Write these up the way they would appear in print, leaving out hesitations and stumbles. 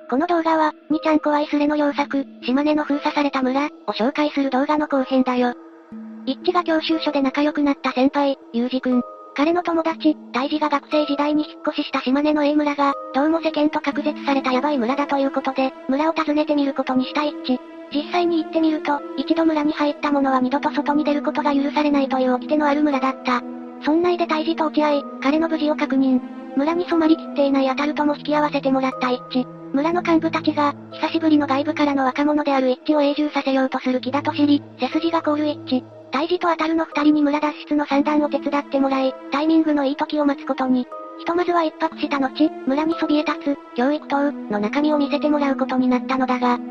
この動画は、にちゃんこ愛すれの良作、島根の封鎖された村、を紹介する動画の後編だよ。一致が教習所で仲良くなった先輩、ゆうじくん。彼の友達、大治が学生時代に引っ越しした島根の A 村が、どうも世間と隔絶されたヤバい村だということで、村を訪ねてみることにした一致。実際に行ってみると、一度村に入った者は二度と外に出ることが許されないという掟のある村だった。村内で大治と落ち合い、彼の無事を確認。村に染まりきっていないアタルとも引き合わせてもらった一致。村の幹部たちが、久しぶりの外部からの若者である一致を永住させようとする気だと知り、背筋が凍る一致。大治とアタルの二人に村脱出の算段を手伝ってもらい、タイミングのいい時を待つことに。ひとまずは一泊した後、村にそびえ立つ、教育棟の中身を見せてもらうことになったのだが。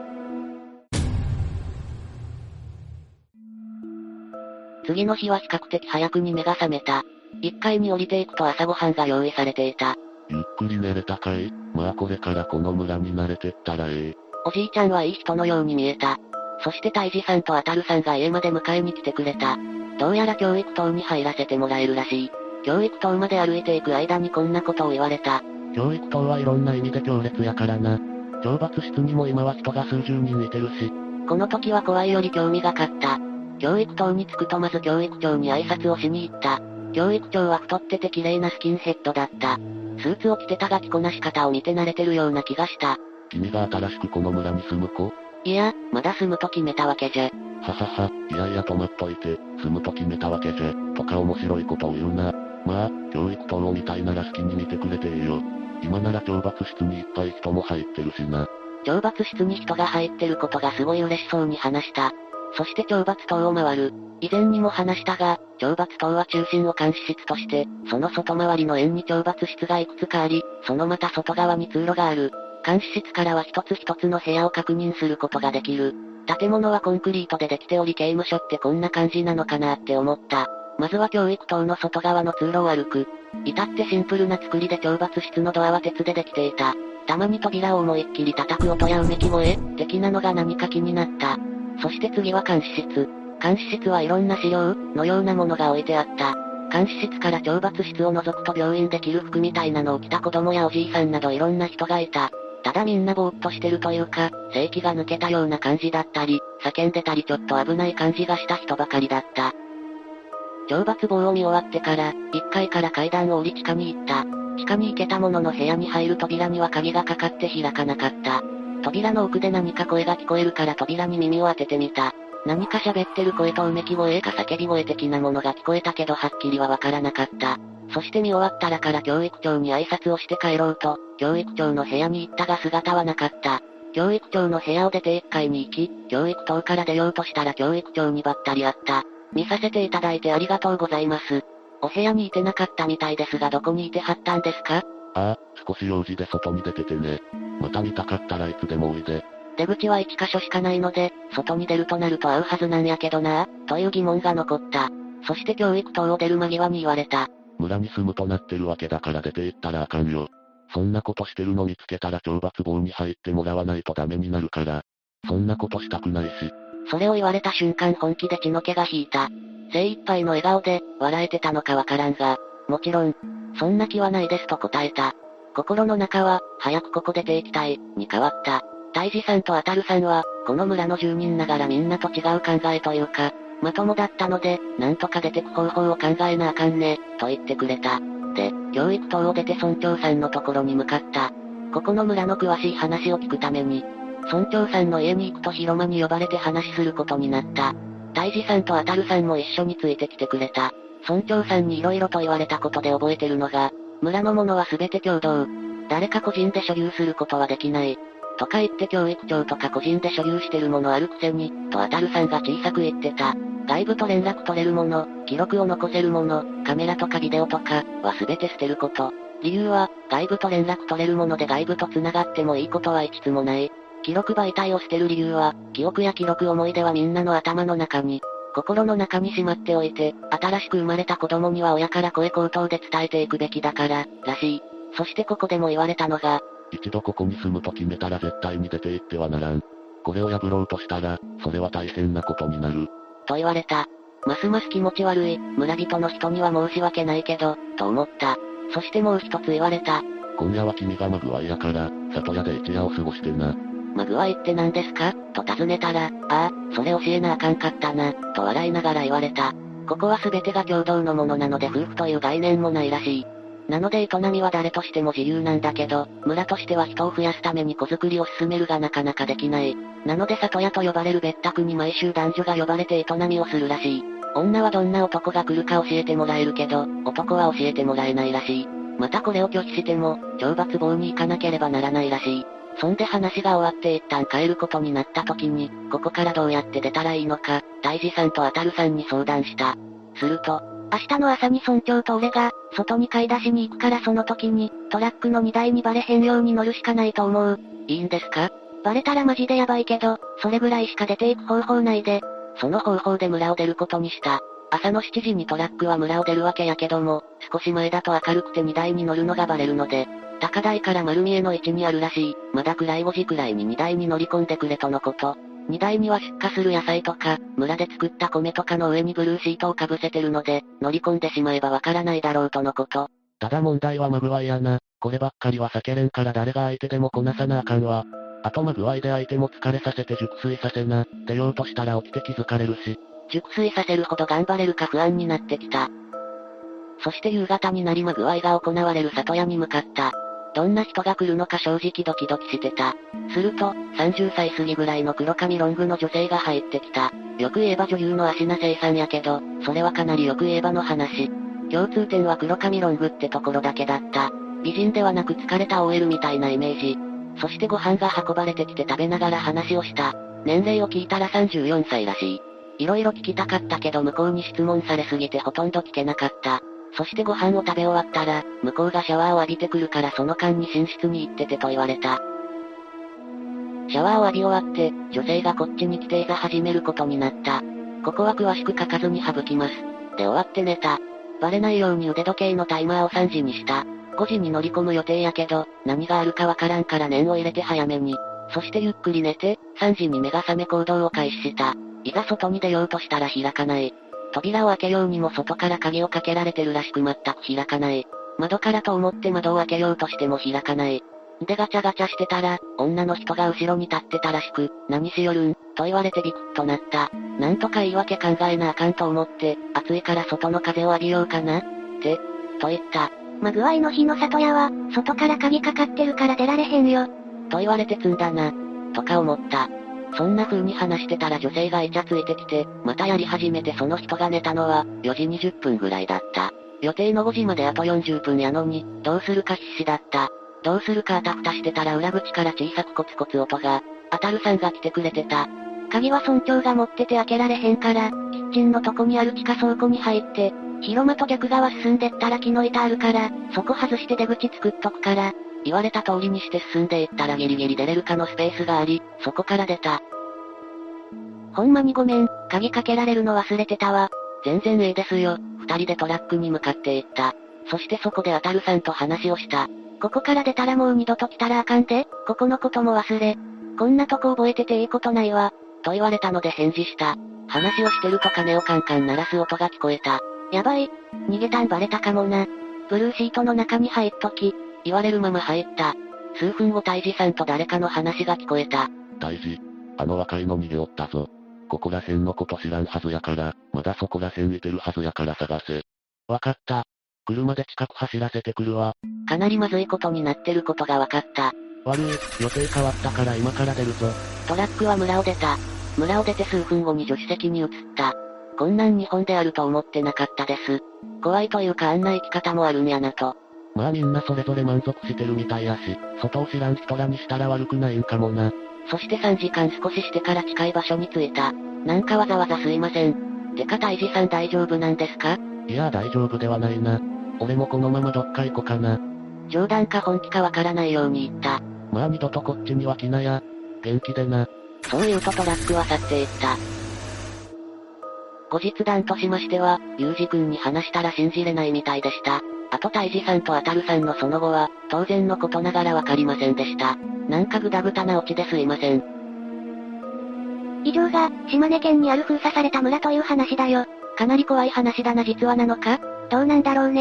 次の日は比較的早くに目が覚めた。1階に降りていくと朝ごはんが用意されていた。 ゆっくり寝れたかい？まあこれからこの村に慣れてったらおじいちゃんはいい人のように見えた。そして大治さんとアタルさんが家まで迎えに来てくれた。どうやら教育棟に入らせてもらえるらしい。教育棟まで歩いていく間にこんなことを言われた。 教育棟はいろんな意味で強烈やからな。懲罰室にも今は人が数十人いてるし。 この時は怖いより興味がかった。教育棟に着くとまず教育長に挨拶をしに行った。教育長は太ってて綺麗なスキンヘッドだった。スーツを着てたが着こなし方を見て慣れてるような気がした。 君が新しくこの村に住む子？ いや、まだ住むと決めたわけじゃ。 ははは、いやいや止まっといて、住むと決めたわけじゃ、とか面白いことを言うな。まあ、教育棟を見たいなら好きに見てくれていいよ。今なら懲罰室にいっぱい人も入ってるしな。 懲罰室に人が入ってることがすごい嬉しそうに話した。そして懲罰棟を回る。以前にも話したが、懲罰棟は中心を監視室として、その外回りの円に懲罰室がいくつかあり、そのまた外側に通路がある。監視室からは一つ一つの部屋を確認することができる。建物はコンクリートでできており刑務所ってこんな感じなのかなって思った。まずは教育棟の外側の通路を歩く。至ってシンプルな作りで懲罰室のドアは鉄でできていた。たまに扉を思いっきり叩く音やうめき声的なのが何か気になった。そして次は監視室。監視室はいろんな資料のようなものが置いてあった。監視室から懲罰室を覗くと病院で着る服みたいなのを着た子供やおじいさんなどいろんな人がいた。ただみんなぼーっとしてるというか、正気が抜けたような感じだったり、叫んでたりちょっと危ない感じがした人ばかりだった。懲罰棒を見終わってから、1階から階段を降り地下に行った。地下に行けたものの部屋に入る扉には鍵がかかって開かなかった。扉の奥で何か声が聞こえるから扉に耳を当ててみた。何か喋ってる声とうめき声か叫び声的なものが聞こえたけどはっきりはわからなかった。そして見終わったらから教育長に挨拶をして帰ろうと、教育長の部屋に行ったが姿はなかった。教育長の部屋を出て1階に行き、教育棟から出ようとしたら教育長にばったり会った。見させていただいてありがとうございます。お部屋にいてなかったみたいですがどこにいてはったんですか？ ああ、少し用事で外に出ててね。また見たかったらいつでもおいで。 出口は1箇所しかないので、外に出るとなると会うはずなんやけどなという疑問が残った。そして教育棟を出る間際に言われた。 村に住むとなってるわけだから出て行ったらあかんよ。そんなことしてるの見つけたら懲罰棒に入ってもらわないとダメになるから。そんなことしたくないし。 それを言われた瞬間本気で血の気が引いた。精一杯の笑顔で、笑えてたのかわからんが、もちろん、そんな気はないですと答えた。心の中は、早くここ出て行きたい、に変わった。大治さんとアタルさんは、この村の住人ながらみんなと違う考えというか、まともだったので、なんとか出てく方法を考えなあかんね、と言ってくれた。で、教育棟を出て村長さんのところに向かった。ここの村の詳しい話を聞くために、村長さんの家に行くと広間に呼ばれて話することになった。大治さんとアタルさんも一緒についてきてくれた。村長さんに色々と言われたことで覚えてるのが、村のものは全て共同。誰か個人で所有することはできない。とか言って教育長とか個人で所有してるものあるくせに、とアタルさんが小さく言ってた。外部と連絡取れるもの、記録を残せるもの、カメラとかビデオとか、は全て捨てること。理由は、外部と連絡取れるもので外部と繋がってもいいことは一つもない。記録媒体を捨てる理由は、記憶や記録思い出はみんなの頭の中に、心の中にしまっておいて、新しく生まれた子供には親から声口頭で伝えていくべきだから、らしい。そしてここでも言われたのが、 一度ここに住むと決めたら絶対に出て行ってはならん。これを破ろうとしたら、それは大変なことになる。 と言われた。ますます気持ち悪い、村人の人には申し訳ないけど、と思った。そしてもう一つ言われた。 今夜は君がマグワイやから、里屋で一夜を過ごしてな。 マグワイって何ですかと尋ねたら、ああ、それ教えなあかんかったな、と笑いながら言われた。ここは全てが共同のものなので夫婦という概念もないらしい。なので営みは誰としても自由なんだけど、村としては人を増やすために子作りを進めるがなかなかできない。なので里屋と呼ばれる別宅に毎週男女が呼ばれて営みをするらしい。女はどんな男が来るか教えてもらえるけど、男は教えてもらえないらしい。またこれを拒否しても、懲罰房に行かなければならないらしい。そんで話が終わって一旦帰ることになった時に、ここからどうやって出たらいいのか、大治さんとあたるさんに相談した。すると、 明日の朝に村長と俺が、外に買い出しに行くからその時に、トラックの荷台にバレへんように乗るしかないと思う。 いいんですか？ バレたらマジでやばいけど、それぐらいしか出ていく方法ないで。 その方法で村を出ることにした。朝の7時にトラックは村を出るわけやけども、少し前だと明るくて荷台に乗るのがバレるので、高台から丸見えの位置にあるらしい。まだ暗い5時くらいに荷台に乗り込んでくれとのこと。荷台には出荷する野菜とか、村で作った米とかの上にブルーシートをかぶせてるので、乗り込んでしまえばわからないだろうとのこと。 ただ問題はマグワイやな。こればっかりは避けれんから誰が相手でもこなさなあかんわ。あとマグワイで相手も疲れさせて熟睡させな。出ようとしたら起きて気づかれるし。 熟睡させるほど頑張れるか不安になってきた。そして夕方になりマグワイが行われる里屋に向かった。どんな人が来るのか正直ドキドキしてた。すると、30歳過ぎぐらいの黒髪ロングの女性が入ってきた。よく言えば女優の芦名聖さんやけど、それはかなりよく言えばの話。共通点は黒髪ロングってところだけだった。美人ではなく疲れた OL みたいなイメージ。そしてご飯が運ばれてきて食べながら話をした。年齢を聞いたら34歳らしい。いろいろ聞きたかったけど向こうに質問されすぎてほとんど聞けなかった。そしてご飯を食べ終わったら、向こうがシャワーを浴びてくるからその間に寝室に行っててと言われた。シャワーを浴び終わって、女性がこっちに来ていざ始めることになった。ここは詳しく書かずに省きます。で終わって寝た。バレないように腕時計のタイマーを3時にした。5時に乗り込む予定やけど、何があるかわからんから念を入れて早めに。そしてゆっくり寝て、3時に目が覚め行動を開始した。いざ外に出ようとしたら開かない。扉を開けようにも外から鍵をかけられてるらしく全く開かない。窓からと思って窓を開けようとしても開かない。でガチャガチャしてたら、女の人が後ろに立ってたらしく、何しよるんと言われてビクッとなった。なんとか言い訳考えなあかんと思って、暑いから外の風を浴びようかなと言った。 マグワイの日の里屋は、外から鍵かかってるから出られへんよ。 と言われて積んだな。とか思った。そんな風に話してたら女性がイチャついてきて、またやり始めてその人が寝たのは、4時20分ぐらいだった。予定の5時まであと40分やのに、どうするか必死だった。どうするかあたふたしてたら裏口から小さくコツコツ音が、あたるさんが来てくれてた。 鍵は村長が持ってて開けられへんから、キッチンのとこにある地下倉庫に入って、広間と逆側進んでったら木の板あるから、そこ外して出口作っとくから、 言われた通りにして進んでいったらギリギリ出れるかのスペースがあり、そこから出た。 ほんまにごめん、鍵かけられるの忘れてたわ。 全然いいですよ。二人でトラックに向かって行った。そしてそこであたるさんと話をした。 ここから出たらもう二度と来たらあかんで、ここのことも忘れ。こんなとこ覚えてていいことないわ。 と言われたので返事した。話をしてると鐘をカンカン鳴らす音が聞こえた。 やばい。逃げたんバレたかもな。ブルーシートの中に入っとき。 言われるまま入った。数分後大治さんと誰かの話が聞こえた。 大治、あの若いの逃げおったぞ。ここら辺のこと知らんはずやから、まだそこら辺いてるはずやから探せ。 わかった。 車で近く走らせてくるわ。 かなりまずいことになってることがわかった。 悪い、予定変わったから今から出るぞ。 トラックは村を出た。村を出て数分後に助手席に移った。こんなん日本であると思ってなかったです。怖いというかあんな生き方もあるんやなと。 まあみんなそれぞれ満足してるみたいやし、外を知らん人らにしたら悪くないんかもな。 そして3時間少ししてから近い場所に着いた。なんかわざわざすいません。てか大治さん大丈夫なんですか？ いや大丈夫ではないな。俺もこのままどっか行こかな。 冗談か本気かわからないように言った。 まあ二度とこっちには来なや。元気でな。 そう言うとトラックは去っていった。後日談としましては、ユージ君に話したら信じれないみたいでした。あと大治さんとあたるさんのその後は、当然のことながらわかりませんでした。なんかグダグダなオチですいません。 以上が、島根県にある封鎖された村という話だよ。 かなり怖い話だな実話なのか？ どうなんだろうね。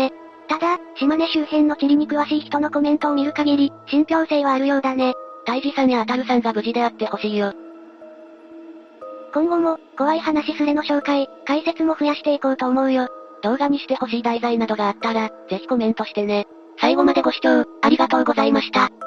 ただ、島根周辺の地理に詳しい人のコメントを見る限り、信憑性はあるようだね。 大治さんやあたるさんが無事であってほしいよ。 今後も、怖い話スレの紹介、解説も増やしていこうと思うよ。 動画にしてほしい題材などがあったら、ぜひコメントしてね。最後までご視聴、ありがとうございました。